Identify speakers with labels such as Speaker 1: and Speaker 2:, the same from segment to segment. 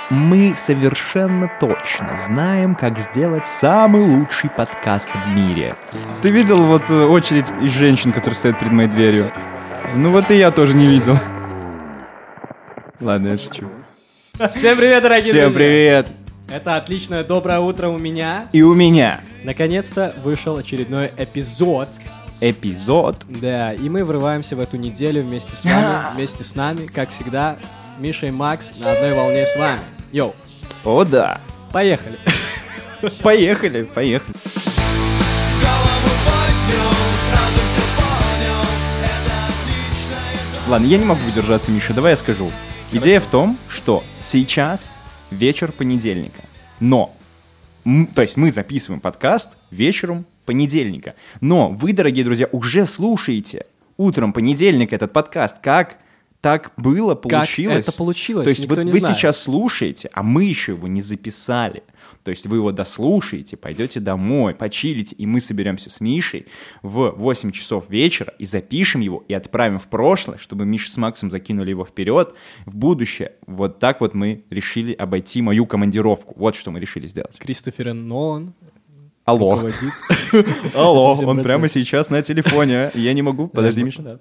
Speaker 1: Мы совершенно точно знаем, как сделать самый лучший подкаст в мире. Ты видел вот очередь из женщин, которые стоят перед моей дверью? Ну вот и я тоже не видел. Ладно, я шучу.
Speaker 2: Всем привет, дорогие
Speaker 1: Всем
Speaker 2: друзья!
Speaker 1: привет!
Speaker 2: Это отличное доброе утро у меня.
Speaker 1: И у меня
Speaker 2: Наконец-то вышел очередной эпизод.
Speaker 1: эпизод.
Speaker 2: Да, и мы врываемся в эту неделю вместе с вами, вместе с нами, как всегда, Миша и Макс на одной волне с вами. Йоу,
Speaker 1: О да!
Speaker 2: поехали!
Speaker 1: Поехали, поехали. Ладно, я не могу удержаться, Миша, давай я скажу. Идея в том, что сейчас вечер понедельника, но, то есть мы записываем подкаст вечером понедельника, но вы, дорогие друзья, уже слушаете утром понедельника этот подкаст, как так было, получилось.
Speaker 2: Как это получилось,
Speaker 1: То есть
Speaker 2: никто
Speaker 1: вот
Speaker 2: не
Speaker 1: вы
Speaker 2: знает.
Speaker 1: сейчас слушаете, а мы еще его не записали. То есть вы его дослушаете, пойдете домой, почилите, и мы соберемся с Мишей в 8 часов вечера и запишем его, и отправим в прошлое, чтобы Миша с Максом закинули его вперед, в будущее. Вот так вот мы решили обойти мою командировку. Вот что мы решили сделать.
Speaker 2: Кристофер Нолан
Speaker 1: Алло.
Speaker 2: руководит.
Speaker 1: Алло,
Speaker 2: Этим
Speaker 1: он
Speaker 2: всем
Speaker 1: прямо
Speaker 2: процессом.
Speaker 1: сейчас на телефоне. Я не могу. Подожди, Миша.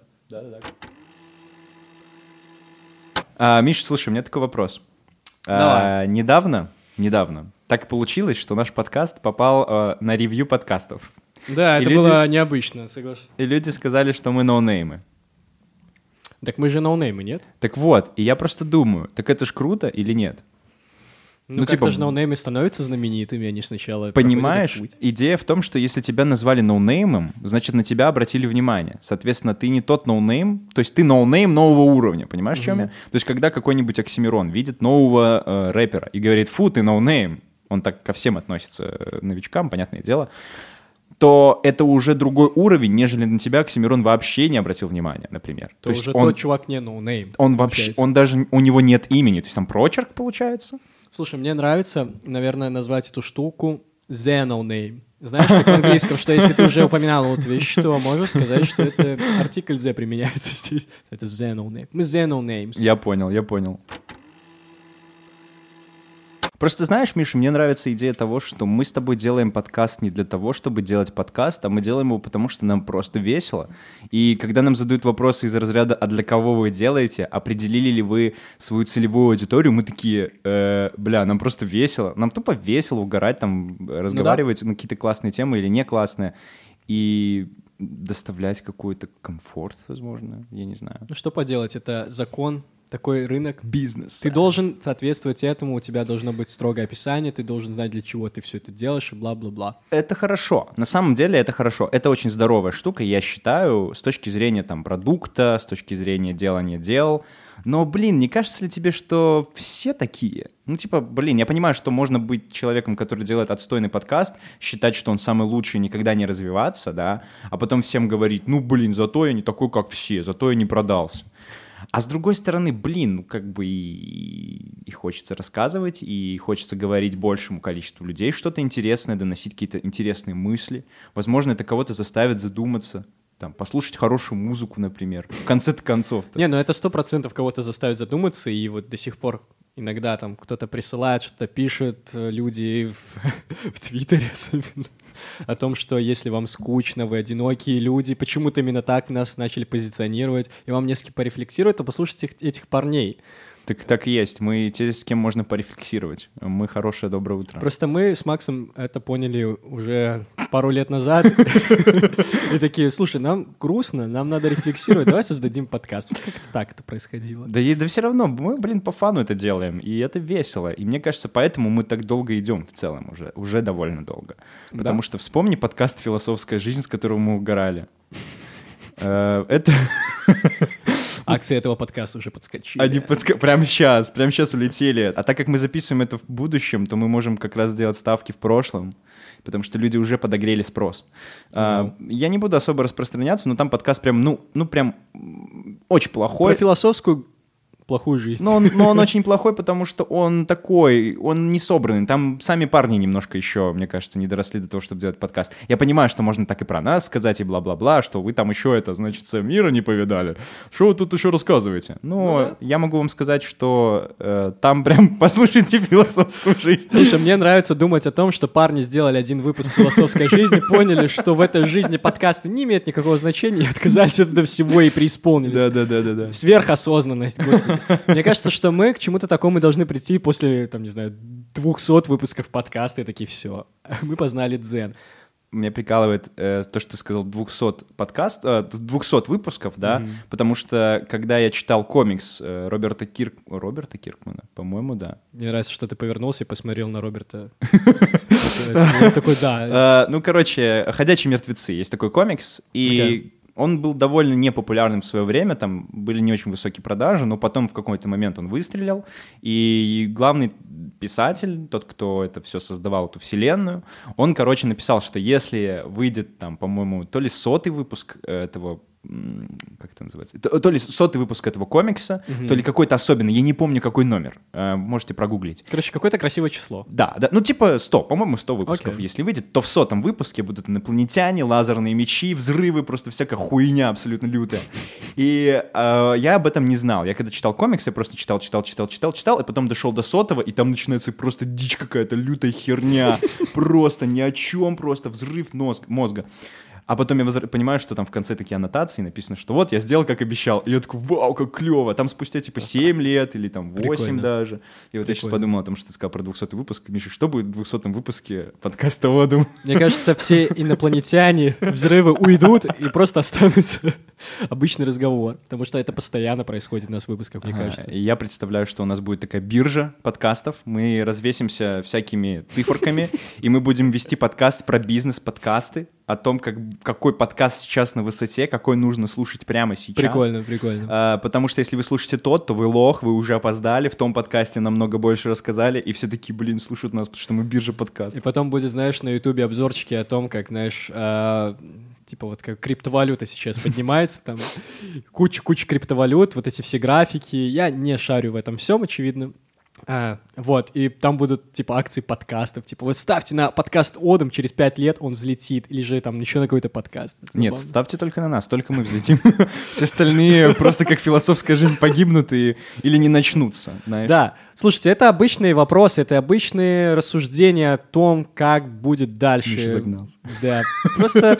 Speaker 1: Миша, слушай, у меня такой вопрос.
Speaker 2: Давай.
Speaker 1: Недавно так получилось, что наш подкаст попал на ревью подкастов.
Speaker 2: Да,
Speaker 1: И
Speaker 2: это
Speaker 1: люди-
Speaker 2: было необычно, согласен.
Speaker 1: И люди сказали, что мы ноунеймы.
Speaker 2: Так мы же ноунеймы, нет?
Speaker 1: Так вот, и я просто думаю, так это ж круто или нет?
Speaker 2: Ну,
Speaker 1: Ну,
Speaker 2: как-то
Speaker 1: типа,
Speaker 2: же ноунеймы становятся знаменитыми, они сначала
Speaker 1: Понимаешь,
Speaker 2: проходят этот путь.
Speaker 1: идея в том, что если тебя назвали ноунеймом, значит, на тебя обратили внимание. Соответственно, ты не тот ноунейм, то есть ты ноунейм нового уровня, понимаешь, в чем я? То есть когда какой-нибудь Оксимирон видит нового рэпера и говорит: фу, ты ноунейм, он так ко всем относится, новичкам, понятное дело, то это уже другой уровень, нежели на тебя Оксимирон вообще не обратил внимания, например.
Speaker 2: То
Speaker 1: есть
Speaker 2: уже
Speaker 1: он,
Speaker 2: тот чувак не ноунейм.
Speaker 1: он вообще,
Speaker 2: получается.
Speaker 1: он даже, у него нет имени, то есть там прочерк получается.
Speaker 2: Слушай, мне нравится, наверное, назвать эту штуку the no name. Знаешь, как в английском, что если ты уже упоминал эту вещь, то можешь сказать, что это артикль the применяется здесь. Это the no name. Мы the no names.
Speaker 1: Я понял. Просто знаешь, Миша, мне нравится идея того, что мы с тобой делаем подкаст не для того, чтобы делать подкаст, а мы делаем его потому, что нам просто весело. И когда нам задают вопросы из разряда «А для кого вы делаете?», «Определили ли вы свою целевую аудиторию?», мы такие нам просто весело. Нам тупо весело угорать, там, разговаривать на какие-то классные темы или не классные. И доставлять какой-то комфорт, возможно, я не знаю.
Speaker 2: Ну что поделать, это закон, такой рынок.
Speaker 1: Бизнес.
Speaker 2: Ты должен соответствовать этому, у тебя должно быть строгое описание, ты должен знать, для чего ты все это делаешь, и бла-бла-бла.
Speaker 1: Это хорошо. На самом деле это хорошо. Это очень здоровая штука, я считаю, с точки зрения там продукта, с точки зрения делания дел. Но, не кажется ли тебе, что все такие? Ну, типа, я понимаю, что можно быть человеком, который делает отстойный подкаст, считать, что он самый лучший, никогда не развиваться, да, а потом всем говорить: зато я не такой, как все, зато я не продался. А с другой стороны, и хочется рассказывать, и хочется говорить большему количеству людей что-то интересное, доносить какие-то интересные мысли. Возможно, это кого-то заставит задуматься, там, послушать хорошую музыку, например, в конце-то концов-то.
Speaker 2: Не, ну это 100% кого-то заставит задуматься, и вот до сих пор иногда там кто-то присылает, что-то пишет, люди в Твиттере особенно, о том, что если вам скучно, вы одинокие люди, почему-то именно так нас начали позиционировать, и вам не с кем порефлексировать, то послушайте этих парней.
Speaker 1: Так и есть. Мы те, с кем можно порефлексировать. Мы хорошее доброе утро.
Speaker 2: Просто мы с Максом это поняли уже пару лет назад. И такие: слушай, нам грустно, нам надо рефлексировать, давай создадим подкаст. Вот как-то так это происходило.
Speaker 1: Да все равно, мы, по фану это делаем, и это весело. И мне кажется, поэтому мы так долго идем в целом уже довольно долго. Потому что вспомни подкаст «Философская жизнь», с которого мы угорали. Это...
Speaker 2: Акции этого подкаста уже подскочили.
Speaker 1: Они прямо сейчас улетели. А так как мы записываем это в будущем, то мы можем как раз сделать ставки в прошлом, потому что люди уже подогрели спрос. Я не буду особо распространяться, но там подкаст прям, прям очень плохой.
Speaker 2: Про философскую плохую жизнь.
Speaker 1: Но он очень плохой, потому что он такой, он не собранный. Там сами парни немножко еще, мне кажется, не доросли до того, чтобы делать подкаст. Я понимаю, что можно так и про нас сказать, и бла-бла-бла, что вы там еще это, значит, мира не повидали. Что вы тут еще рассказываете? Но я могу вам сказать, что там прям послушайте философскую жизнь.
Speaker 2: Слушай, мне нравится думать о том, что парни сделали один выпуск философской жизни, поняли, что в этой жизни подкасты не имеют никакого значения, и отказались от этого всего и преисполнились.
Speaker 1: Да.
Speaker 2: Сверхосознанность, господи. Мне кажется, что мы к чему-то такому должны прийти после, там, не знаю, 200 выпусков подкаста, и такие, все, мы познали дзен.
Speaker 1: Меня прикалывает то, что ты сказал 200 выпусков, да, потому что когда я читал комикс Роберта Киркмана, по-моему, да.
Speaker 2: Мне нравится, что ты повернулся и посмотрел на Роберта. Такой, да.
Speaker 1: Ну, короче, «Ходячие мертвецы» есть такой комикс, и он был довольно непопулярным в свое время, там были не очень высокие продажи, но потом в какой-то момент он выстрелил, и главный писатель, тот, кто это все создавал, эту вселенную, он, короче, написал, что если выйдет там, по-моему, то ли 100-й выпуск этого, как это называется, то ли 100-й выпуск этого комикса, то ли какой-то особенный, я не помню, какой номер, можете прогуглить.
Speaker 2: Короче, какое-то красивое число.
Speaker 1: Да, ну типа 100, по-моему, 100 выпусков, если выйдет, то в 100-м выпуске будут инопланетяне, лазерные мечи, взрывы, просто всякая хуйня абсолютно лютая. И я об этом не знал. Я когда читал комикс, я просто читал, и потом дошел до 100-го, и там начинается просто дичь какая-то, лютая херня, просто ни о чем, просто взрыв мозга. А потом я понимаю, что там в конце такие аннотации написано, что вот, я сделал, как обещал. И я такой, вау, как клево. Там спустя типа 7 лет или там 8
Speaker 2: Прикольно.
Speaker 1: даже. И вот я сейчас подумал о том, что ты сказал про 200-й выпуск. Миша, что будет в 200-м выпуске подкаста «Одум»?
Speaker 2: Мне кажется, все инопланетяне, взрывы уйдут и просто останутся обычный разговор. Потому что это постоянно происходит у нас в выпусках, мне кажется.
Speaker 1: И я представляю, что у нас будет такая биржа подкастов. Мы развесимся всякими циферками, и мы будем вести подкаст про бизнес-подкасты, о том, какой подкаст сейчас на высоте, какой нужно слушать прямо сейчас.
Speaker 2: Прикольно.
Speaker 1: Потому что если вы слушаете тот, то вы лох, вы уже опоздали, в том подкасте намного больше рассказали, и все такие, слушают нас, потому что мы биржа подкаст.
Speaker 2: И потом будет, знаешь, на Ютубе обзорчики о том, как, знаешь, типа вот как криптовалюта сейчас поднимается, там куча криптовалют, вот эти все графики. Я не шарю в этом всем, очевидно. Вот, и там будут, типа, акции подкастов, типа, вот ставьте на подкаст «Одум», через 5 лет он взлетит, или же там еще на какой-то подкаст.
Speaker 1: Нет, ставьте только на нас, только мы взлетим. Все остальные просто как философская жизнь погибнут или не начнутся, знаешь.
Speaker 2: Да, слушайте, это обычные вопросы, это обычные рассуждения о том, как будет дальше.
Speaker 1: Миша загнался.
Speaker 2: Да, просто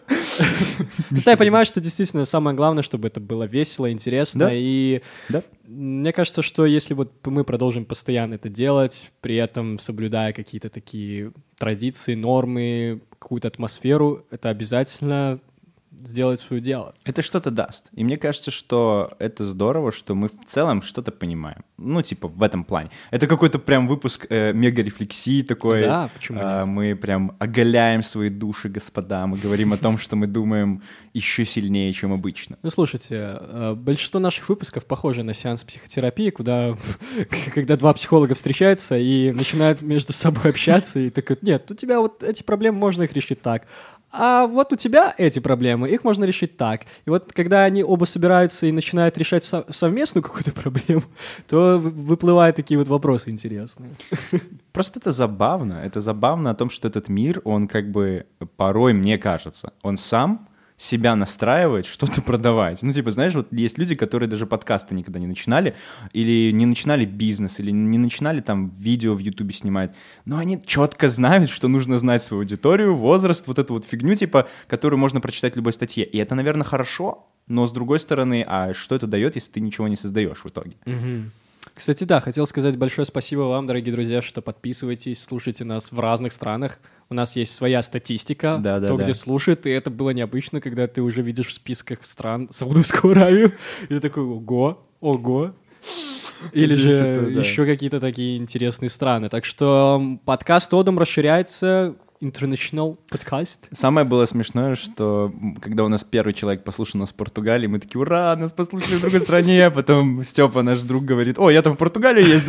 Speaker 2: я понимаю, что действительно самое главное, чтобы это было весело, интересно, и мне кажется, что если вот мы продолжим постоянно это делать, при этом соблюдая какие-то такие традиции, нормы, какую-то атмосферу, это обязательно сделает свое дело.
Speaker 1: Это что-то даст. И мне кажется, что это здорово, что мы в целом что-то понимаем. Ну, типа, в этом плане. Это какой-то прям выпуск мега-рефлексии такой.
Speaker 2: Да, почему нет?
Speaker 1: Мы прям оголяем свои души, господа. Мы говорим о том, что мы думаем еще сильнее, чем обычно.
Speaker 2: Ну, слушайте, большинство наших выпусков похожи на сеанс психотерапии, куда, когда два психолога встречаются и начинают между собой общаться, и такой, нет, у тебя вот эти проблемы, можно их решить так. А вот у тебя эти проблемы, их можно решить так. И вот когда они оба собираются и начинают решать совместную какую-то проблему, то выплывают такие вот вопросы интересные.
Speaker 1: Просто это забавно. Это забавно о том, что этот мир, он как бы порой, мне кажется, он сам себя настраивает что-то продавать. Ну, типа, знаешь, вот есть люди, которые даже подкасты никогда не начинали, или не начинали бизнес, или не начинали там видео в Ютубе снимать, но они четко знают, что нужно знать свою аудиторию, возраст, вот эту вот фигню, типа, которую можно прочитать в любой статье. И это, наверное, хорошо, но с другой стороны, а что это дает, если ты ничего не создаешь в итоге?
Speaker 2: Кстати, да, хотел сказать большое спасибо вам, дорогие друзья, что подписываетесь, слушаете нас в разных странах. У нас есть своя статистика, где слушает, и это было необычно, когда ты уже видишь в списках стран Саудовскую Аравию, и ты такой, ого. Или же еще какие-то такие интересные страны. Так что подкаст «Одум» расширяется, International подкаст.
Speaker 1: Самое было смешное, что когда у нас первый человек послушал нас в Португалии, мы такие, ура, нас послушали в другой стране, а потом Степа, наш друг, говорит, о, я там в Португалию ездил,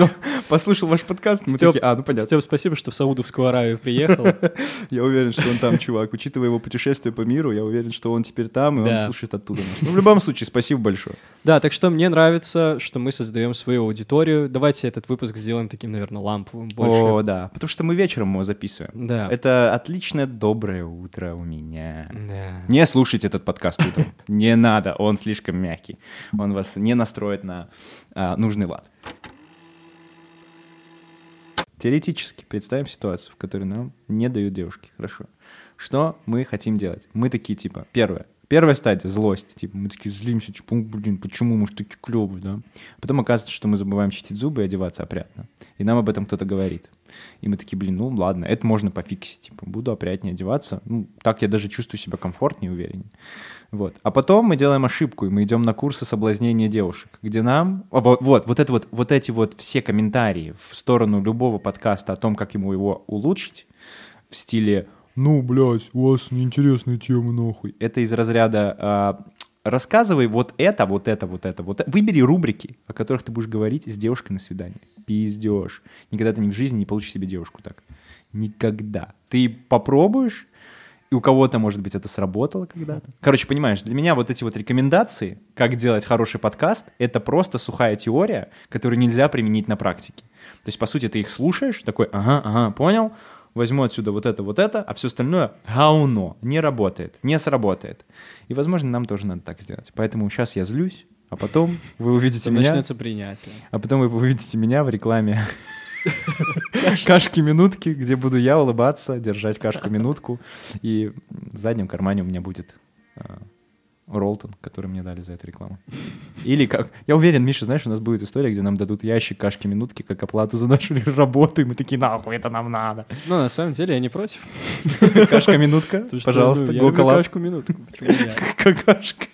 Speaker 1: послушал ваш подкаст, мы
Speaker 2: Стёп,
Speaker 1: такие, ну понятно.
Speaker 2: Стёп, спасибо, что в Саудовскую Аравию приехал.
Speaker 1: Я уверен, что он там, чувак. Учитывая его путешествие по миру, я уверен, что он теперь там, и он слушает оттуда. Ну, в любом случае, спасибо большое.
Speaker 2: Да, так что мне нравится, что мы создаем свою аудиторию. Давайте этот выпуск сделаем таким, наверное, ламповым больше.
Speaker 1: О, да, потому что мы вечером его записываем.
Speaker 2: Да.
Speaker 1: Это отличное доброе утро у меня.
Speaker 2: Да.
Speaker 1: Не слушайте этот подкаст утром. Не надо, он слишком мягкий. Он вас не настроит на нужный лад. Теоретически представим ситуацию, в которой нам не дают девушки. Хорошо. Что мы хотим делать? Мы такие, типа, Первая стадия — злость. Типа, мы такие злимся, типа, блин, почему мы ж такие клёвые, да? Потом оказывается, что мы забываем чистить зубы и одеваться опрятно. И нам об этом кто-то говорит. И мы такие, блин, ну ладно, это можно пофиксить. Типа, буду опрятнее одеваться. Ну, так я даже чувствую себя комфортнее и увереннее. Вот. А потом мы делаем ошибку, и мы идем на курсы соблазнения девушек, где нам... Вот эти вот все комментарии в сторону любого подкаста о том, как ему его улучшить, в стиле... Ну, блядь, у вас неинтересные темы, нахуй. Это из разряда рассказывай вот это. Выбери рубрики, о которых ты будешь говорить с девушкой на свидании. Пиздешь. Никогда ты в жизни не получишь себе девушку так. Никогда. Ты попробуешь, и у кого-то, может быть, это сработало когда-то. Короче, понимаешь, для меня вот эти вот рекомендации, как делать хороший подкаст, это просто сухая теория, которую нельзя применить на практике. То есть, по сути, ты их слушаешь, такой, ага, понял, возьму отсюда вот это, а все остальное говно, не работает, не сработает. И, возможно, нам тоже надо так сделать. Поэтому сейчас я злюсь, а потом вы увидите меня...
Speaker 2: Начнется принятие.
Speaker 1: А потом вы увидите меня в рекламе кашки-минутки, где буду я улыбаться, держать кашку-минутку, и в заднем кармане у меня будет Ролтон, который мне дали за эту рекламу. Или как... Я уверен, Миша, знаешь, у нас будет история, где нам дадут ящик кашки-минутки как оплату за нашу работу, и мы такие, нахуй это нам надо.
Speaker 2: Ну, на самом деле, я не против.
Speaker 1: Кашка-минутка, пожалуйста,
Speaker 2: я люблю кашку-минутку.
Speaker 1: Какашка.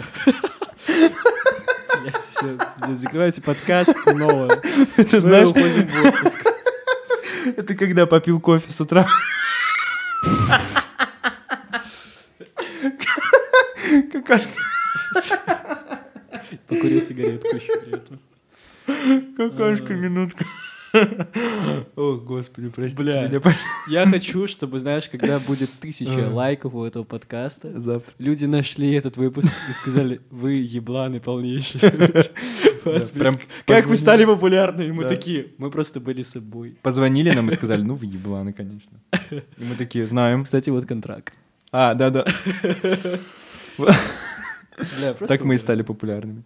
Speaker 2: Закрывайте подкаст, новое.
Speaker 1: Ты знаешь...
Speaker 2: Мы уходим в отпуск.
Speaker 1: Это когда попил кофе с утра. Какашка.
Speaker 2: Покурил сигаретку еще при этом.
Speaker 1: Какашка, минутка. О, господи, простите
Speaker 2: Бля,
Speaker 1: меня, пожалуйста.
Speaker 2: Я хочу, чтобы, знаешь, когда будет 1000 лайков у этого подкаста,
Speaker 1: завтра
Speaker 2: люди нашли этот выпуск и сказали, вы ебланы полнейшие. Как вы стали популярными? Мы такие, мы просто были собой.
Speaker 1: Позвонили нам и сказали, ну вы ебланы, конечно. И мы такие, знаем.
Speaker 2: Кстати, вот контракт.
Speaker 1: Да. Так мы и стали популярными.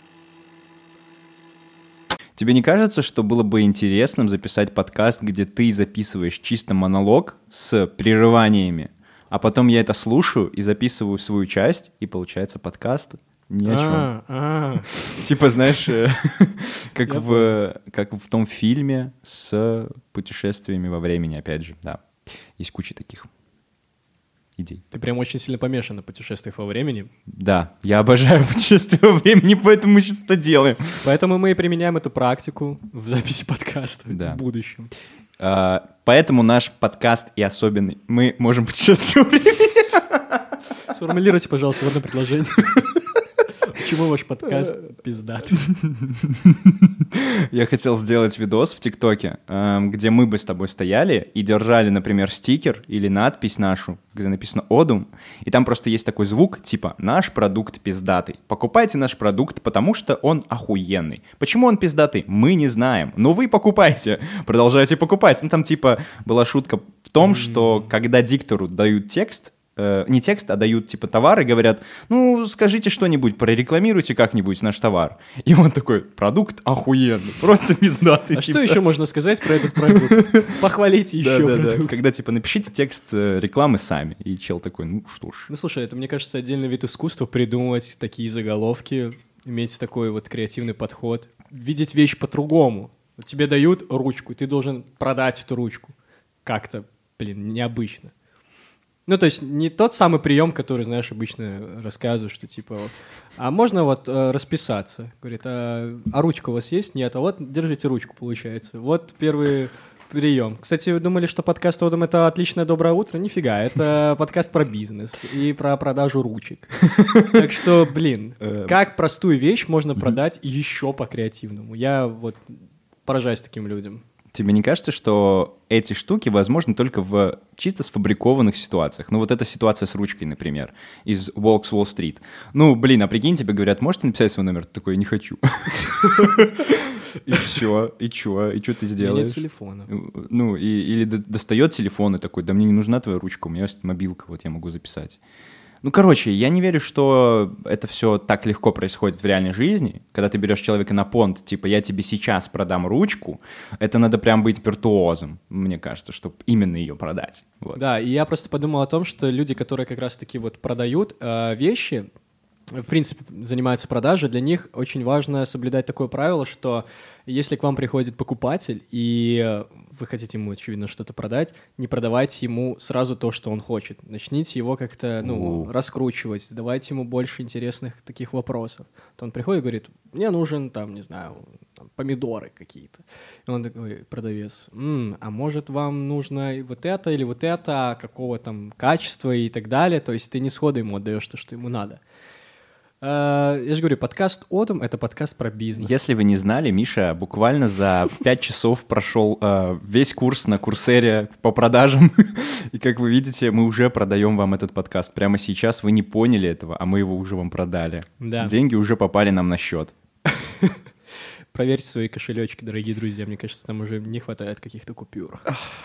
Speaker 1: Тебе не кажется, что было бы интересным записать подкаст, где ты записываешь чисто монолог с прерываниями, а потом я это слушаю и записываю свою часть, и получается подкаст ни о чем. Типа, знаешь, как в том фильме с путешествиями во времени, опять же, да. Есть куча таких идей.
Speaker 2: Ты прям очень сильно помешан на путешествиях во времени.
Speaker 1: Да, я обожаю путешествия во времени, поэтому мы сейчас это делаем.
Speaker 2: Поэтому мы и применяем эту практику в записи подкаста в будущем.
Speaker 1: Поэтому наш подкаст и особенный. Мы можем путешествовать во времени.
Speaker 2: Сформулируйте, пожалуйста, в одно предложение. Почему ваш подкаст пиздатый?
Speaker 1: Я хотел сделать видос в ТикТоке, где мы бы с тобой стояли и держали, например, стикер или надпись нашу, где написано «Одум», и там просто есть такой звук, типа «Наш продукт пиздатый». Покупайте наш продукт, потому что он охуенный. Почему он пиздатый? Мы не знаем. Но вы покупайте, продолжайте покупать. Ну, там типа была шутка в том, что когда диктору дают текст, не текст, а дают типа товар и говорят, ну, скажите что-нибудь, прорекламируйте как-нибудь наш товар. И он такой, продукт охуенный, просто пиздатый.
Speaker 2: А что еще можно сказать про этот продукт? Похвалите еще продукт.
Speaker 1: Да. Когда типа напишите текст рекламы сами. И чел такой, ну что ж.
Speaker 2: Ну, слушай, это, мне кажется, отдельный вид искусства придумывать такие заголовки, иметь такой вот креативный подход, видеть вещь по-другому. Тебе дают ручку, ты должен продать эту ручку. Как-то, необычно. Ну, то есть не тот самый прием, который, знаешь, обычно рассказывают, что типа, а можно вот расписаться? Говорит, а ручка у вас есть? Нет, а вот держите ручку, получается. Вот первый прием. Кстати, вы думали, что подкаст «Одум» — это отличное доброе утро? Нифига, это подкаст про бизнес и про продажу ручек. Так что, как простую вещь можно продать еще по-креативному? Я вот поражаюсь таким людям.
Speaker 1: Тебе не кажется, что эти штуки возможны только в чисто сфабрикованных ситуациях? Ну, вот эта ситуация с ручкой, например, из Волк с Уолл-стрит. Ну, блин, а прикинь, тебе говорят, можете написать свой номер? Ты такой, не хочу. И все, и что ты сделаешь?
Speaker 2: Нет телефона.
Speaker 1: Ну, или достает телефон и такой, да мне не нужна твоя ручка, у меня есть мобилка, вот я могу записать. Ну, короче, я не верю, что это все так легко происходит в реальной жизни. Когда ты берешь человека на понт, типа, я тебе сейчас продам ручку, это надо прям быть виртуозом, мне кажется, чтобы именно ее продать. Вот.
Speaker 2: Да, и я просто подумал о том, что люди, которые как раз-таки вот продают вещи, в принципе, занимаются продажей, для них очень важно соблюдать такое правило, что если к вам приходит покупатель, и вы хотите ему, очевидно, что-то продать, не продавайте ему сразу то, что он хочет. Начните его как-то, раскручивать, давайте ему больше интересных таких вопросов. То он приходит и говорит, мне нужен, там, не знаю, там, помидоры какие-то. И он такой, продавец, а может вам нужно вот это или вот это, какого там качества и так далее. То есть ты не сходу ему отдаешь то, что ему надо. Я же говорю, подкаст «Отом» — это подкаст про бизнес.
Speaker 1: Если вы не знали, Миша буквально за 5 часов прошел весь курс на Курсере по продажам. И, как вы видите, мы уже продаем вам этот подкаст. Прямо сейчас вы не поняли этого, а мы его уже вам продали.
Speaker 2: Да.
Speaker 1: Деньги уже попали нам на счет.
Speaker 2: Проверьте свои кошелечки, дорогие друзья. Мне кажется, там уже не хватает каких-то купюр.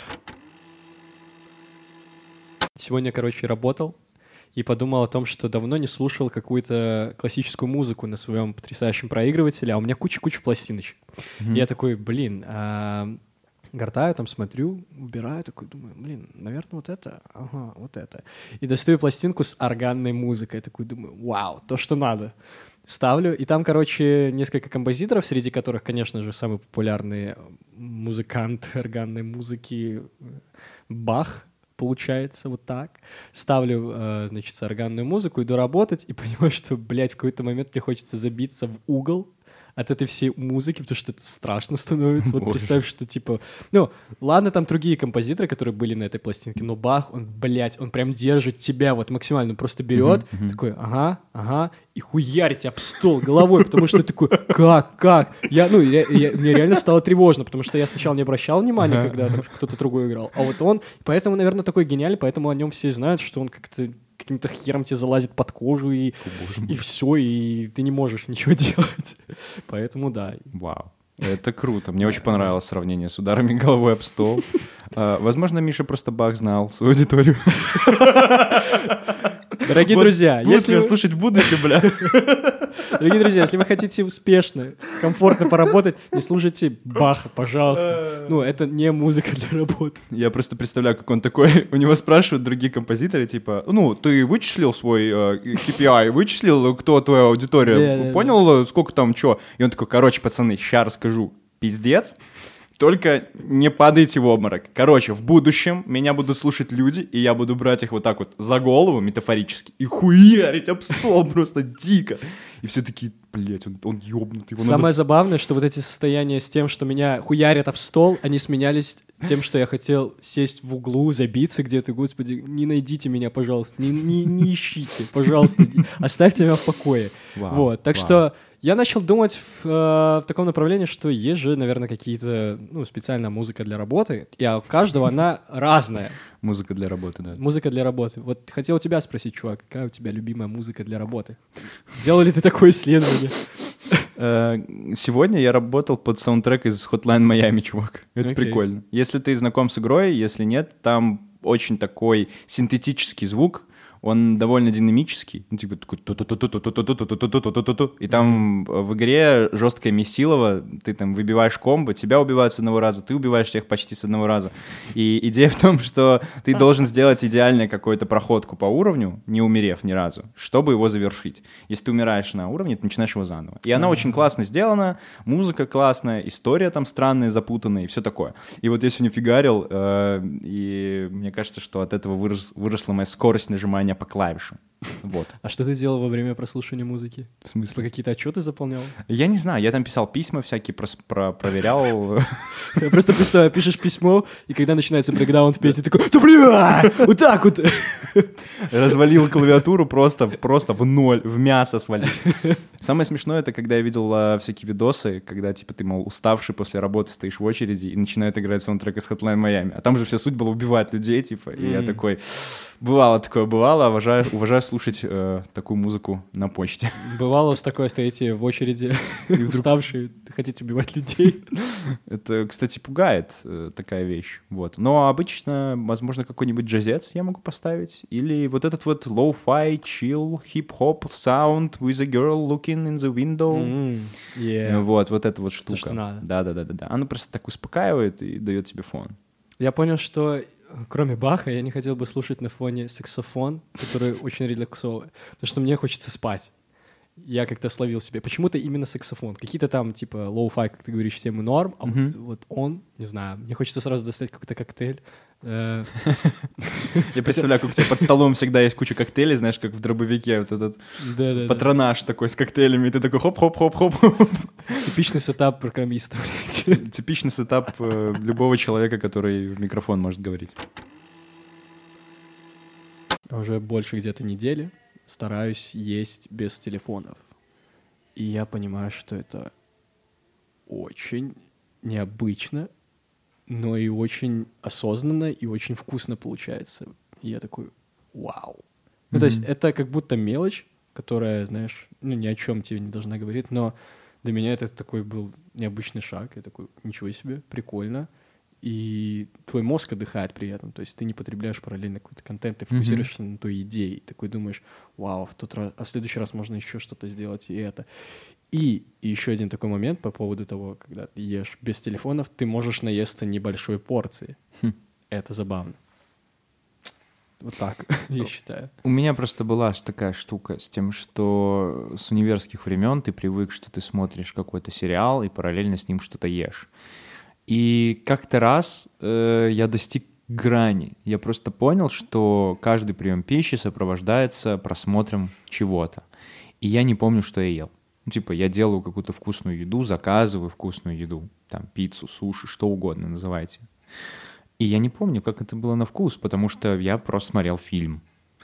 Speaker 2: Сегодня, работал и подумал о том, что давно не слушал какую-то классическую музыку на своем потрясающем проигрывателе, а у меня куча пластиночек. И я такой, гортаю, там смотрю, убираю, такой думаю, наверное, вот это, ага, вот это. И достаю пластинку с органной музыкой, такой думаю, вау, то, что надо. Ставлю, и там, несколько композиторов, среди которых, конечно же, самый популярный музыкант органной музыки Бах, получается, вот так. Ставлю, органную музыку, иду работать и понимаю, что, в какой-то момент мне хочется забиться в угол от этой всей музыки, потому что это страшно становится. Вот представь, что, ладно, там другие композиторы, которые были на этой пластинке, но Бах, он прям держит тебя вот максимально, просто берет, такой, ага, и хуярить об стол головой, потому что такой, как? Мне реально стало тревожно, потому что я сначала не обращал внимания, когда там кто-то другой играл, а вот он, поэтому, наверное, такой гениальный, поэтому о нем все знают, что он как-то каким-то хером тебе залазит под кожу, и все, и ты не можешь ничего делать. Поэтому да.
Speaker 1: Вау. Это круто. Мне очень понравилось сравнение с ударами головой об стол. Возможно, Миша просто Бах знал свою аудиторию.
Speaker 2: Дорогие друзья,
Speaker 1: если слушать в будущем,
Speaker 2: Дорогие друзья, если вы хотите успешно, комфортно поработать, не слушайте Баха, пожалуйста. Это не музыка для работы.
Speaker 1: Я просто представляю, как он такой, у него спрашивают другие композиторы, типа, ты вычислил свой KPI, вычислил, кто твоя аудитория, понял, сколько там, чё? И он такой, пацаны, ща расскажу, пиздец. Только не падайте в обморок. В будущем меня будут слушать люди, и я буду брать их вот так вот за голову, метафорически, и хуярить об стол просто дико. И все такие, он ёбнутый.
Speaker 2: Самое забавное, что вот эти состояния с тем, что меня хуярят об стол, они сменялись тем, что я хотел сесть в углу, забиться где-то. Господи, не найдите меня, пожалуйста, не ищите, пожалуйста, оставьте меня в покое. Вот, так что... Я начал думать в таком направлении, что есть же, наверное, какие-то, специальная музыка для работы, и у каждого она разная.
Speaker 1: Музыка для работы, да.
Speaker 2: Музыка для работы. Вот хотел у тебя спросить, чувак, какая у тебя любимая музыка для работы? Делал ли ты такое исследование?
Speaker 1: Сегодня я работал под саундтрек из Hotline Miami, чувак. Это прикольно. Если ты знаком с игрой, если нет, там очень такой синтетический звук, он довольно динамический, типа такой и там в игре жесткое месилово, ты там выбиваешь комбо, тебя убивают с одного раза, ты убиваешь всех почти с одного раза. И идея в том, что ты должен сделать идеальную какую-то проходку по уровню, не умерев ни разу, чтобы его завершить. Если ты умираешь на уровне, ты начинаешь его заново. И она очень классно сделана, музыка классная, история там странная, запутанная и все такое. И вот я сегодня фигарил, и мне кажется, что от этого выросла моя скорость нажимания по клавишам. Вот.
Speaker 2: А что ты делал во время прослушивания музыки?
Speaker 1: В смысле?
Speaker 2: Ты какие-то отчеты заполнял?
Speaker 1: Я не знаю, я там писал письма всякие, проверял.
Speaker 2: Я просто представляю, пишешь письмо, и когда начинается брейкдаун в песне, такой, да бля, вот так вот.
Speaker 1: Развалил клавиатуру просто в ноль, в мясо свалил. Самое смешное, это когда я видел всякие видосы, когда, типа, ты, мол, уставший после работы стоишь в очереди и начинает играть саундтрек из Hotline Miami. А там же вся суть была убивать людей, типа. И я такой, бывало, уважаю слушать такую музыку на почте.
Speaker 2: Бывало у вас такое, стоите в очереди, уставшие, хотите убивать людей?
Speaker 1: Это, кстати, пугает такая вещь. Вот. Но обычно, возможно, какой-нибудь джазец я могу поставить. Или вот этот вот low-fi, chill, hip-hop sound with a girl looking in the window. Вот эта вот штука.
Speaker 2: То, что надо.
Speaker 1: Да. Оно просто так успокаивает и дает тебе фон.
Speaker 2: Я понял, что кроме Баха я не хотел бы слушать на фоне саксофон, который очень релаксовый, потому что мне хочется спать. Я как-то словил себе. Почему-то именно саксофон. Какие-то там, типа, лоу-фай, как ты говоришь, темы норм, а вот он, не знаю, мне хочется сразу достать какой-то коктейль.
Speaker 1: Я представляю, как у тебя под столом всегда есть куча коктейлей, знаешь, как в дробовике, вот этот патронаж такой с коктейлями, и ты такой хоп-хоп-хоп-хоп.
Speaker 2: Типичный сетап программиста, блядь.
Speaker 1: Типичный сетап любого человека, который в микрофон может говорить.
Speaker 2: Уже больше где-то недели стараюсь есть без телефонов. И я понимаю, что это очень необычно, но и очень осознанно, и очень вкусно получается. И я такой, вау. Ну, то есть это как будто мелочь, которая, знаешь, ну, ни о чем тебе не должна говорить, но для меня это такой был необычный шаг. Я такой, ничего себе, прикольно. И твой мозг отдыхает при этом. То есть ты не потребляешь параллельно какой-то контент, ты фокусируешься на той идее. И такой думаешь, вау, в следующий раз можно еще что-то сделать, и это. И еще один такой момент по поводу того, когда ты ешь без телефонов, ты можешь наесться небольшой порции. Это забавно. Вот так, я считаю.
Speaker 1: У меня просто была такая штука с тем, что с универских времен ты привык, что ты смотришь какой-то сериал и параллельно с ним что-то ешь. И как-то раз я достиг грани. Я просто понял, что каждый прием пищи сопровождается просмотром чего-то. И я не помню, что я ел. Ну, типа, я делаю какую-то вкусную еду, заказываю вкусную еду. Там, пиццу, суши, что угодно называйте. И я не помню, как это было на вкус, потому что я просто смотрел фильм.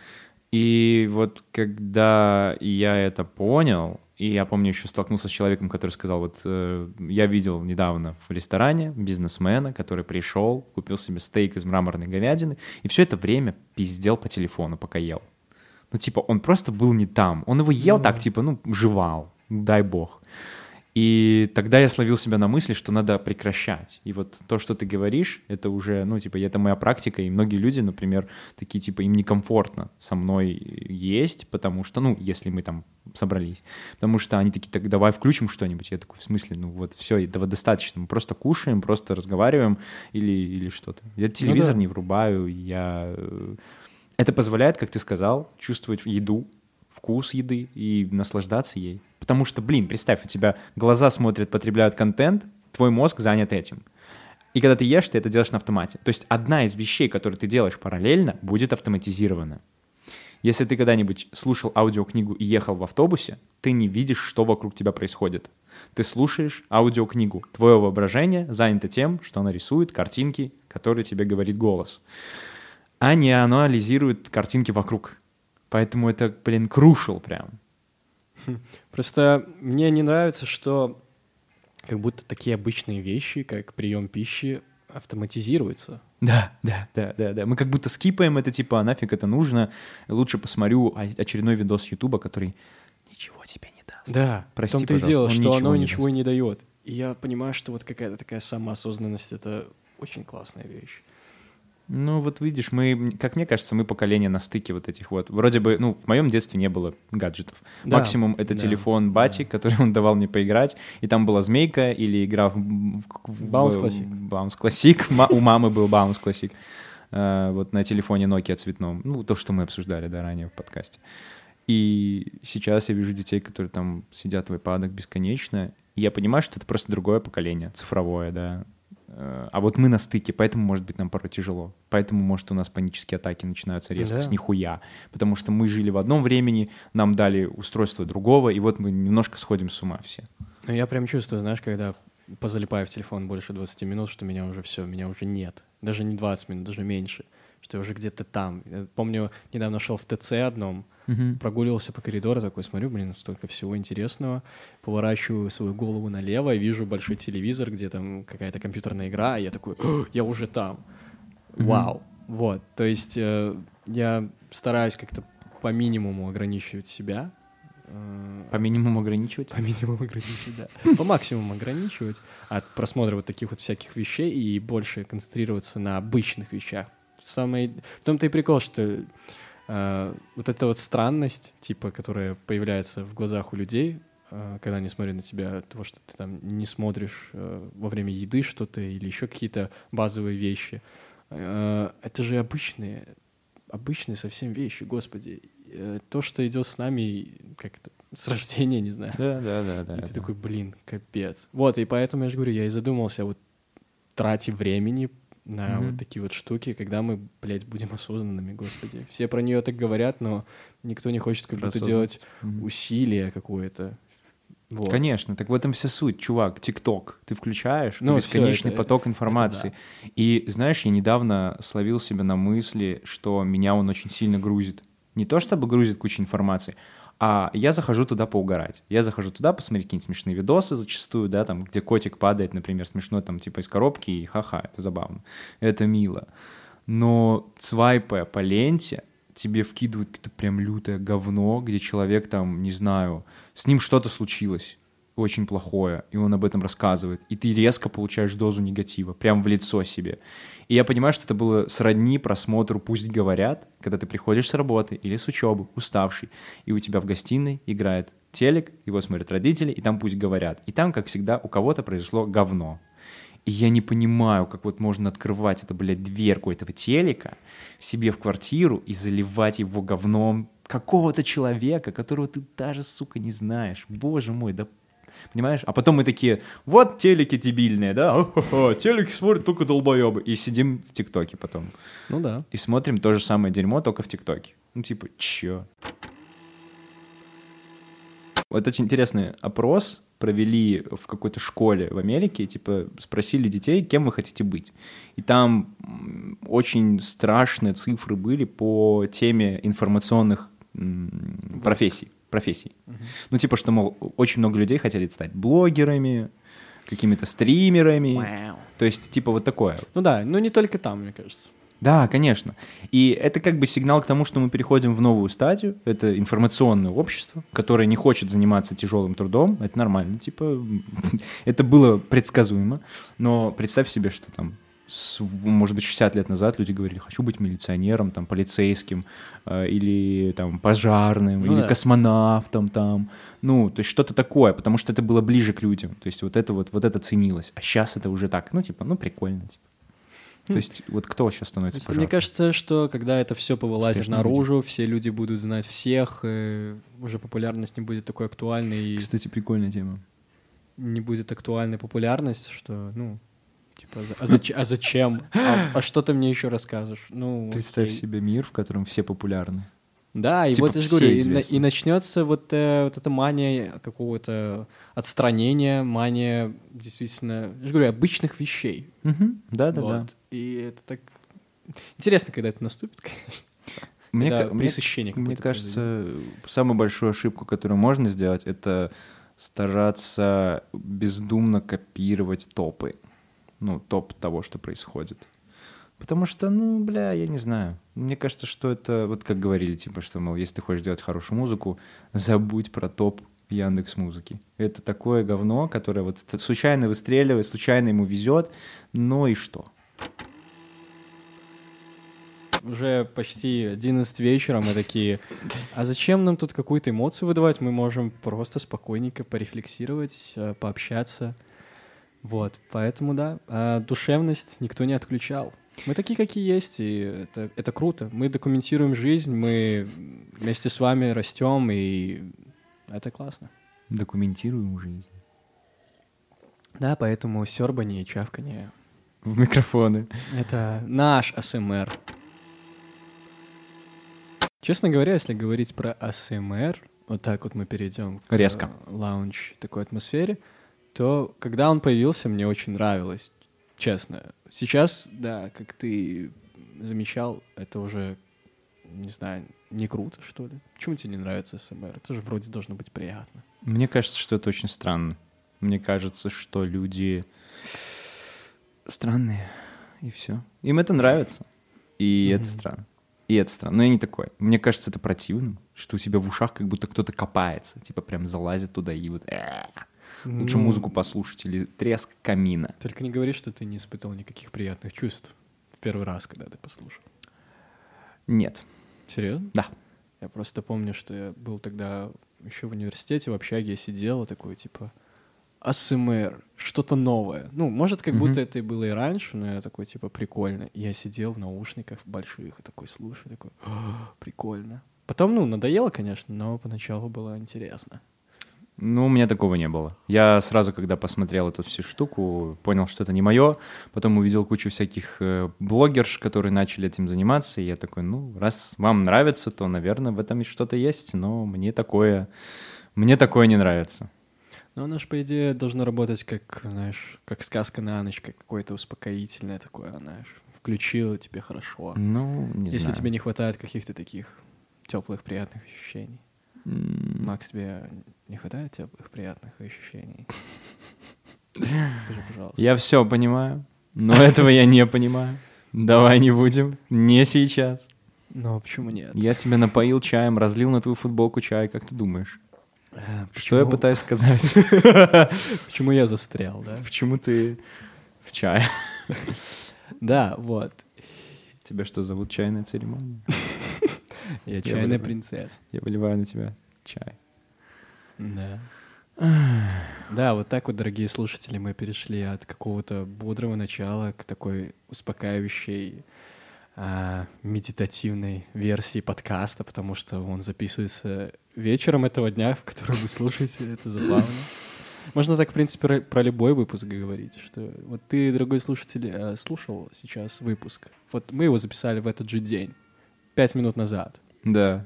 Speaker 1: И вот когда я это понял, и я помню, еще столкнулся с человеком, который сказал, вот я видел недавно в ресторане бизнесмена, который пришел, купил себе стейк из мраморной говядины, и все это время пиздел по телефону, пока ел. Ну, типа, он просто был не там. Он его ел так, типа, ну, жевал, дай бог. И тогда я словил себя на мысли, что надо прекращать. И вот то, что ты говоришь, это уже, ну, типа, это моя практика, и многие люди, например, такие, типа, им некомфортно со мной есть, потому что, ну, если мы там собрались, потому что они такие, так давай включим что-нибудь. Я такой, в смысле, ну, вот все, этого достаточно. Мы просто кушаем, просто разговариваем или что-то. Я телевизор не врубаю, Это позволяет, как ты сказал, чувствовать еду, вкус еды и наслаждаться ей. Потому что, представь, у тебя глаза смотрят, потребляют контент, твой мозг занят этим. И когда ты ешь, ты это делаешь на автомате. То есть одна из вещей, которые ты делаешь параллельно, будет автоматизирована. Если ты когда-нибудь слушал аудиокнигу и ехал в автобусе, ты не видишь, что вокруг тебя происходит. Ты слушаешь аудиокнигу. Твое воображение занято тем, что оно рисует картинки, которые тебе говорит голос. А не анализирует картинки вокруг. Поэтому это, crucial прям.
Speaker 2: Просто мне не нравится, что как будто такие обычные вещи, как прием пищи, автоматизируются.
Speaker 1: Да. Мы как будто скипаем это, типа, а нафиг это нужно. Лучше посмотрю очередной видос с Ютуба, который ничего тебе не даст.
Speaker 2: Да,
Speaker 1: прости,
Speaker 2: в том-то и дело, что оно ничего
Speaker 1: даст.
Speaker 2: Не дает. И я понимаю, что вот какая-то такая самоосознанность — это очень классная вещь.
Speaker 1: Ну, вот видишь, мы, как мне кажется, мы поколение на стыке вот этих вот. Вроде бы, ну, в моем детстве не было гаджетов. Да, максимум это телефон бати, который он давал мне поиграть, и там была змейка или игра в
Speaker 2: Bounce Classic.
Speaker 1: Bounce Classic. У мамы был Bounce Classic. Вот на телефоне Nokia цветном. Ну, то, что мы обсуждали, да, ранее в подкасте. И сейчас я вижу детей, которые там сидят в айпадах бесконечно, и я понимаю, что это просто другое поколение, цифровое, да. А вот мы на стыке, поэтому, может быть, нам порой тяжело. Поэтому, может, у нас панические атаки начинаются резко с нихуя. Потому что мы жили в одном времени, нам дали устройство другого, и вот мы немножко сходим с ума все.
Speaker 2: Ну, я прям чувствую, знаешь, когда позалипаю в телефон больше 20 минут, что меня уже все, меня уже нет. Даже не 20 минут, даже меньше. Что я уже где-то там. Я помню, недавно шел в ТЦ одном, прогуливался по коридору, такой смотрю, блин, столько всего интересного. Поворачиваю свою голову налево и вижу большой телевизор, где там какая-то компьютерная игра, и я такой, я уже там. Вау. Вот, то есть я стараюсь как-то по минимуму ограничивать себя.
Speaker 1: По минимуму ограничивать?
Speaker 2: По минимуму ограничивать, да. По максимуму ограничивать от просмотра вот таких вот всяких вещей и больше концентрироваться на обычных вещах. В том-то и прикол, что вот эта вот странность, типа, которая появляется в глазах у людей, когда они смотрят на тебя, того, что ты там не смотришь во время еды что-то или еще какие-то базовые вещи, это же обычные совсем вещи, господи. То, что идет с нами, как-то с рождения, не знаю.
Speaker 1: Да.
Speaker 2: И ты такой, блин, капец. Вот, и поэтому я же говорю, я и задумался о вот трате времени на вот такие вот штуки, когда мы, блядь, будем осознанными, господи. Все про нее так говорят, но никто не хочет как будто делать усилие какое-то. Вот.
Speaker 1: Конечно, так в этом вся суть, чувак. ТикТок ты включаешь, бесконечный поток информации. Да. И знаешь, я недавно словил себя на мысли, что меня он очень сильно грузит. Не то чтобы грузит куча информации, а я захожу туда поугарать. Я захожу туда посмотреть какие-нибудь смешные видосы зачастую, да, там, где котик падает, например, смешно, там, типа, из коробки, и ха-ха, это забавно, это мило. Но свайпая по ленте, тебе вкидывают какое-то прям лютое говно, где человек там, не знаю, с ним что-то случилось очень плохое, и он об этом рассказывает, и ты резко получаешь дозу негатива, прям в лицо себе. И я понимаю, что это было сродни просмотру «Пусть говорят», когда ты приходишь с работы или с учебы, уставший, и у тебя в гостиной играет телек, его смотрят родители, и там «Пусть говорят». И там, как всегда, у кого-то произошло говно. И я не понимаю, как вот можно открывать это, блядь, дверку этого телека себе в квартиру и заливать его говном какого-то человека, которого ты даже, сука, не знаешь. Боже мой, да. Понимаешь? А потом мы такие, вот телеки дебильные, да? О-хо-хо, телеки смотрят только долбоебы. И сидим в ТикТоке потом.
Speaker 2: Ну да.
Speaker 1: И смотрим то же самое дерьмо, только в ТикТоке. Ну типа, чё? Вот очень интересный опрос провели в какой-то школе в Америке, типа спросили детей, кем вы хотите быть. И там очень страшные цифры были по теме информационных профессий. Ну, типа, что, мол, очень много людей хотели стать блогерами, какими-то стримерами. То есть, типа, вот такое.
Speaker 2: Ну да, но не только там, мне кажется.
Speaker 1: Да, конечно. И это как бы сигнал к тому, что мы переходим в новую стадию. Это информационное общество, которое не хочет заниматься тяжелым трудом. Это нормально, типа, это было предсказуемо. Но представь себе, что там, может быть, 60 лет назад люди говорили, хочу быть милиционером, там, полицейским, или там, пожарным, или космонавтом, там. Ну, то есть что-то такое, потому что это было ближе к людям. То есть вот это ценилось. А сейчас это уже так, ну, типа, ну, прикольно, типа. То есть вот кто сейчас становится пожарным?
Speaker 2: Мне кажется, что когда это все повылазит наружу, все люди будут знать всех, уже популярность не будет такой актуальной.
Speaker 1: Кстати, прикольная тема.
Speaker 2: Не будет актуальной популярность, что, ну, типа, а зачем? А что ты мне еще расскажешь? Ну,
Speaker 1: представь себе мир, в котором все популярны.
Speaker 2: Да, и типа вот я же говорю, и начнется вот эта мания какого-то отстранения, мания действительно, я же говорю, обычных вещей.
Speaker 1: Да.
Speaker 2: И это так интересно, когда это наступит, конечно. Пресыщение какое-то.
Speaker 1: Мне кажется, самую большую ошибку, которую можно сделать, это стараться бездумно копировать топы. Ну, топ того, что происходит. Потому что, ну, бля, я не знаю. Мне кажется, что это, вот как говорили, типа, что, мол, если ты хочешь делать хорошую музыку, забудь про топ Яндекс.Музыки. Это такое говно, которое вот случайно выстреливает, случайно ему везет, но и что?
Speaker 2: Уже почти 11 вечера мы такие, а зачем нам тут какую-то эмоцию выдавать? Мы можем просто спокойненько порефлексировать, пообщаться. Вот, поэтому, да, душевность никто не отключал. Мы такие, какие есть, и это круто. Мы документируем жизнь, мы вместе с вами растем, и это классно.
Speaker 1: Документируем жизнь.
Speaker 2: Да, поэтому сёрбанье и чавканье
Speaker 1: в микрофоны.
Speaker 2: Это наш АСМР. Честно говоря, если говорить про АСМР, вот так вот мы перейдем к
Speaker 1: Резко.
Speaker 2: лаунж такой атмосфере, то когда он появился, мне очень нравилось, честно. Сейчас, да, как ты замечал, это уже, не знаю, не круто, что ли? Почему тебе не нравится АСМР? Это же вроде должно быть приятно.
Speaker 1: Мне кажется, что это очень странно. Мне кажется, что люди странные, и все. Им это нравится, и это странно. И это странно. Но я не такой. Мне кажется, это противным, что у тебя в ушах как будто кто-то копается, типа прям залазит туда и вот... Лучше музыку послушать или треск камина.
Speaker 2: Только не говори, что ты не испытывал никаких приятных чувств в первый раз, когда ты послушал.
Speaker 1: Нет.
Speaker 2: Серьезно?
Speaker 1: Да.
Speaker 2: Я просто помню, что я был тогда еще в университете, в общаге, я сидел такой, типа, АСМР, что-то новое. Ну, может, как будто это и было и раньше, но я такой, типа, прикольно. И я сидел в наушниках больших и такой слушаю, такой, прикольно. Потом, надоело, конечно, но поначалу было интересно.
Speaker 1: Ну, у меня такого не было. Я сразу, когда посмотрел эту всю штуку, понял, что это не мое. Потом увидел кучу всяких блогерш, которые начали этим заниматься. И я такой, раз вам нравится, то, наверное, в этом что-то есть. Но мне такое не нравится.
Speaker 2: Ну, оно же, по идее, должно работать как, знаешь, как сказка на ночь, как какое-то успокоительное такое, знаешь. Включил, тебе хорошо.
Speaker 1: Ну, не
Speaker 2: Если
Speaker 1: знаю.
Speaker 2: тебе не хватает каких-то таких теплых, приятных ощущений. Макс, тебе не хватает теплых, приятных ощущений? Скажи, пожалуйста.
Speaker 1: Я все понимаю, но этого я не понимаю. Давай не будем. Не сейчас.
Speaker 2: Но почему нет?
Speaker 1: Я тебя напоил чаем, разлил на твою футболку чай. Как ты думаешь? Что я пытаюсь сказать?
Speaker 2: Почему я застрял, да?
Speaker 1: Почему ты в чае?
Speaker 2: Да, вот.
Speaker 1: Тебя что, зовут чайная церемония?
Speaker 2: Я чайная принцесса.
Speaker 1: Я выливаю на тебя чай.
Speaker 2: Да. Да, вот так вот, дорогие слушатели, мы перешли от какого-то бодрого начала к такой успокаивающей, медитативной версии подкаста, потому что он записывается вечером этого дня, в который вы слушаете. Это забавно. Можно так, в принципе, про любой выпуск говорить, что вот ты, дорогой слушатель, слушал сейчас выпуск. Вот мы его записали в этот же день, 5 минут назад.
Speaker 1: Да.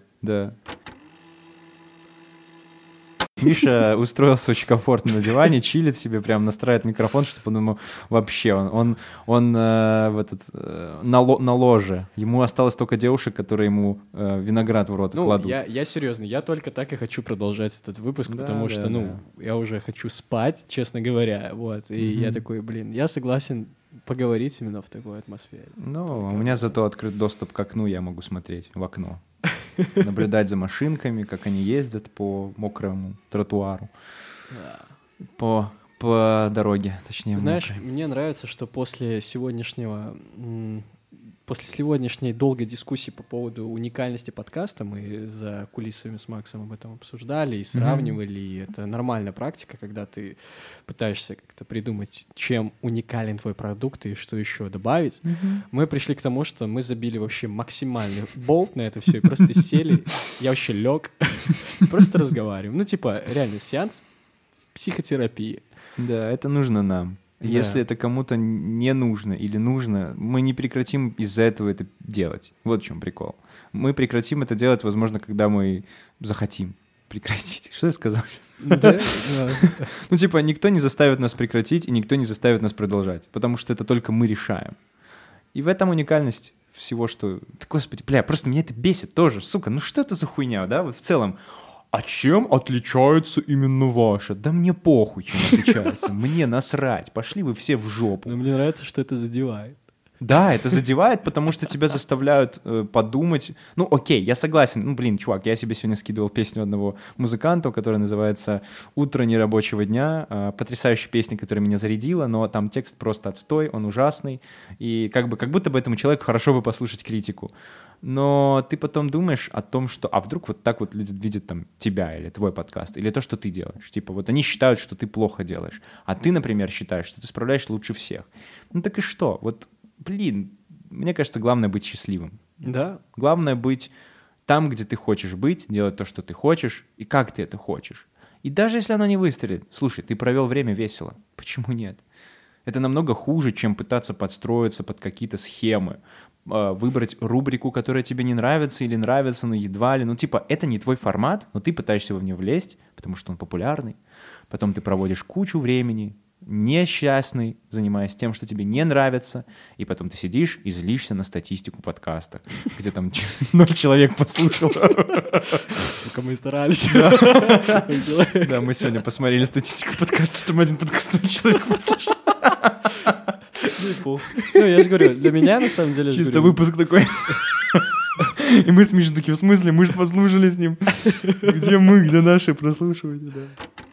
Speaker 1: Миша устроился очень комфортно на диване, чилит себе, прям настраивает микрофон, чтобы он ему вообще, он на ложе. Ему осталось только девушек, которые ему виноград в рот кладут.
Speaker 2: Я серьезно, я только так и хочу продолжать этот выпуск, потому что, я уже хочу спать, честно говоря, вот, и я такой, я согласен поговорить именно в такой атмосфере.
Speaker 1: Ну, у меня зато открыт доступ к окну, я могу смотреть в окно. Наблюдать за машинками, как они ездят по мокрому тротуару. По дороге, точнее,
Speaker 2: знаешь,
Speaker 1: мокрой.
Speaker 2: Мне нравится, что после сегодняшней долгой дискуссии по поводу уникальности подкаста, мы за кулисами с Максом об этом обсуждали и сравнивали, и это нормальная практика, когда ты пытаешься как-то придумать, чем уникален твой продукт и что еще добавить. Мы пришли к тому, что мы забили вообще максимальный болт на это все и просто сели, я вообще лег, просто разговариваем. Реально, сеанс психотерапии.
Speaker 1: Да, это нужно нам.
Speaker 2: Да.
Speaker 1: Если это кому-то не нужно или нужно, мы не прекратим из-за этого это делать. Вот в чем прикол. Мы прекратим это делать, возможно, когда мы захотим прекратить. Что я сказал?
Speaker 2: Да.
Speaker 1: Никто не заставит нас прекратить, и никто не заставит нас продолжать, потому что это только мы решаем. И в этом уникальность всего, что... Да, господи, просто меня это бесит тоже. Сука, что это за хуйня, да? Вот в целом... А чем отличается именно ваша? Да мне похуй, чем отличается. Мне насрать. Пошли вы все в жопу.
Speaker 2: Но мне нравится, что это задевает.
Speaker 1: Да, это задевает, потому что тебя заставляют подумать. Окей, я согласен. Чувак, я себе сегодня скидывал песню одного музыканта, которая называется «Утро нерабочего дня». Потрясающая песня, которая меня зарядила, но там текст просто отстой, он ужасный. И как будто бы этому человеку хорошо бы послушать критику. Но ты потом думаешь о том, что... А вдруг вот так вот люди видят там тебя или твой подкаст, или то, что ты делаешь. Вот они считают, что ты плохо делаешь. А ты, например, считаешь, что ты справляешь лучше всех. Так и что? Мне кажется, главное быть счастливым.
Speaker 2: Да.
Speaker 1: Главное быть там, где ты хочешь быть, делать то, что ты хочешь, и как ты это хочешь. И даже если оно не выстрелит, слушай, ты провел время весело. Почему нет? Это намного хуже, чем пытаться подстроиться под какие-то схемы. Выбрать рубрику, которая тебе не нравится или нравится, но едва ли. Ну, типа, это не твой формат, но ты пытаешься в него влезть, потому что он популярный. Потом ты проводишь кучу времени, несчастный, занимаясь тем, что тебе не нравится, и потом ты сидишь и злишься на статистику подкаста, где там 0 человек послушал.
Speaker 2: Только мы старались.
Speaker 1: Да, мы сегодня посмотрели статистику подкаста, там 1 подкаст 0 человек послушал.
Speaker 2: Ну, я же говорю, для меня, на самом деле...
Speaker 1: Чисто выпуск такой. И мы с Мишей такие, в смысле, мы же послушали с ним. Где мы, где наши прослушивания, да.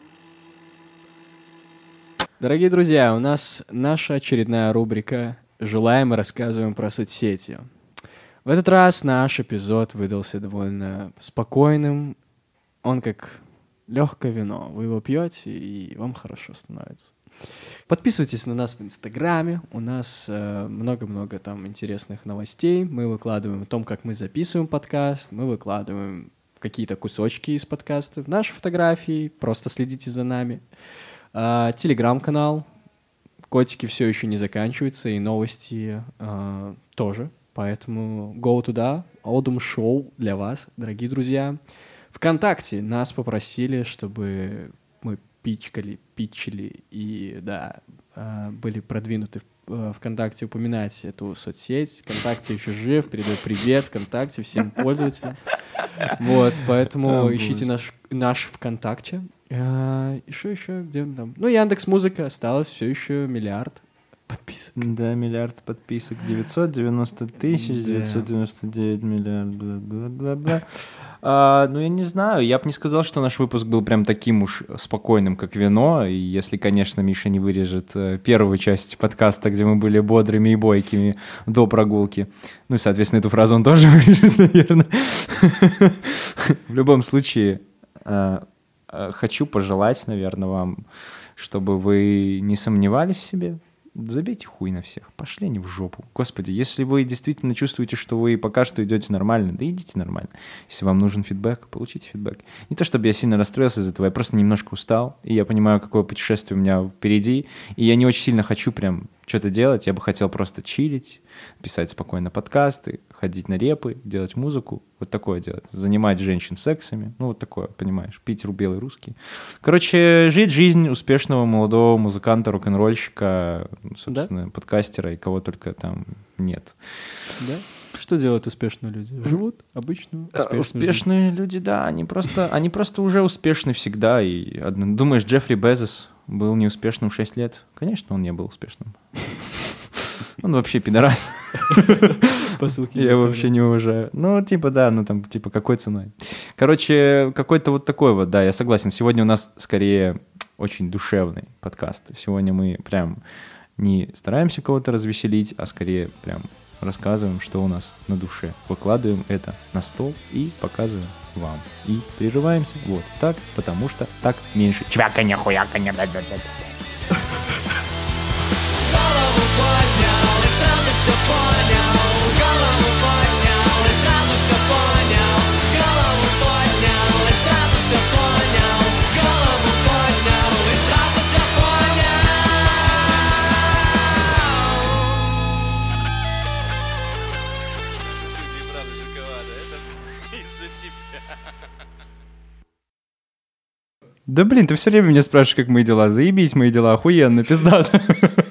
Speaker 2: Дорогие друзья, у нас наша очередная рубрика «Желаем и рассказываем про соцсети». В этот раз наш эпизод выдался довольно спокойным. Он как легкое вино. Вы его пьете, и вам хорошо становится. Подписывайтесь на нас в Инстаграме. У нас много-много там интересных новостей. Мы выкладываем о том, как мы записываем подкаст. Мы выкладываем какие-то кусочки из подкаста, наши фотографии. Просто следите за нами. Телеграм-канал. Котики все еще не заканчиваются, и новости тоже. Поэтому go туда. Одум Шоу для вас, дорогие друзья. ВКонтакте нас попросили, чтобы мы питчили и, да, были продвинуты в ВКонтакте упоминать эту соцсеть. ВКонтакте еще жив, передаю привет ВКонтакте всем пользователям. Вот, поэтому ищите наш ВКонтакте. И что еще? Где там? Ну, Яндекс.Музыка осталось все еще 1 миллиард подписок.
Speaker 1: Да, 1 миллиард подписок. 990 тысяч, 999 миллиардов, бла-бла-бла. Ну, я не знаю, я бы не сказал, что наш выпуск был прям таким уж спокойным, как вино, и если, конечно, Миша не вырежет первую часть подкаста, где мы были бодрыми и бойкими до прогулки. Ну и, соответственно, эту фразу он тоже вырежет, наверное. В любом случае, хочу пожелать, наверное, вам, чтобы вы не сомневались в себе. Забейте хуй на всех, пошли они в жопу. Господи, если вы действительно чувствуете, что вы пока что идете нормально, да идите нормально. Если вам нужен фидбэк, получите фидбэк. Не то чтобы я сильно расстроился из этого, я просто немножко устал, и я понимаю, какое путешествие у меня впереди, и я не очень сильно хочу прям что-то делать, я бы хотел просто чилить, писать спокойно подкасты, ходить на репы, делать музыку, вот такое делать, занимать женщин сексами, ну вот такое, понимаешь, Питер белый русский. Короче, жить жизнь успешного молодого музыканта, рок-н-ролльщика, собственно, да? Подкастера и кого только там нет.
Speaker 2: Да? Что делают успешные люди? Живут обычно
Speaker 1: успешные люди, да, они просто уже успешны всегда. И думаешь, Джеффри Безос был неуспешным в 6 лет? Конечно, он не был успешным. Он вообще пидорас. Я его вообще не уважаю. Ну, типа, да, ну там, типа, какой ценой? Короче, какой-то вот такой вот, да, я согласен. Сегодня у нас скорее очень душевный подкаст. Сегодня мы прям не стараемся кого-то развеселить, а скорее прям рассказываем, что у нас на душе. Выкладываем это на стол и показываем вам. И прерываемся вот так, потому что так меньше чвяканья, хуяканья, да-да-да.
Speaker 3: Голову поднял и сразу все понял. Голову поднял и сразу все понял. Голову поднял и сразу все понял. Голову поднял и сразу все понял.
Speaker 1: Да блин, ты все время меня спрашиваешь, как мои дела. Заебись, мои дела, охуенно, пиздато.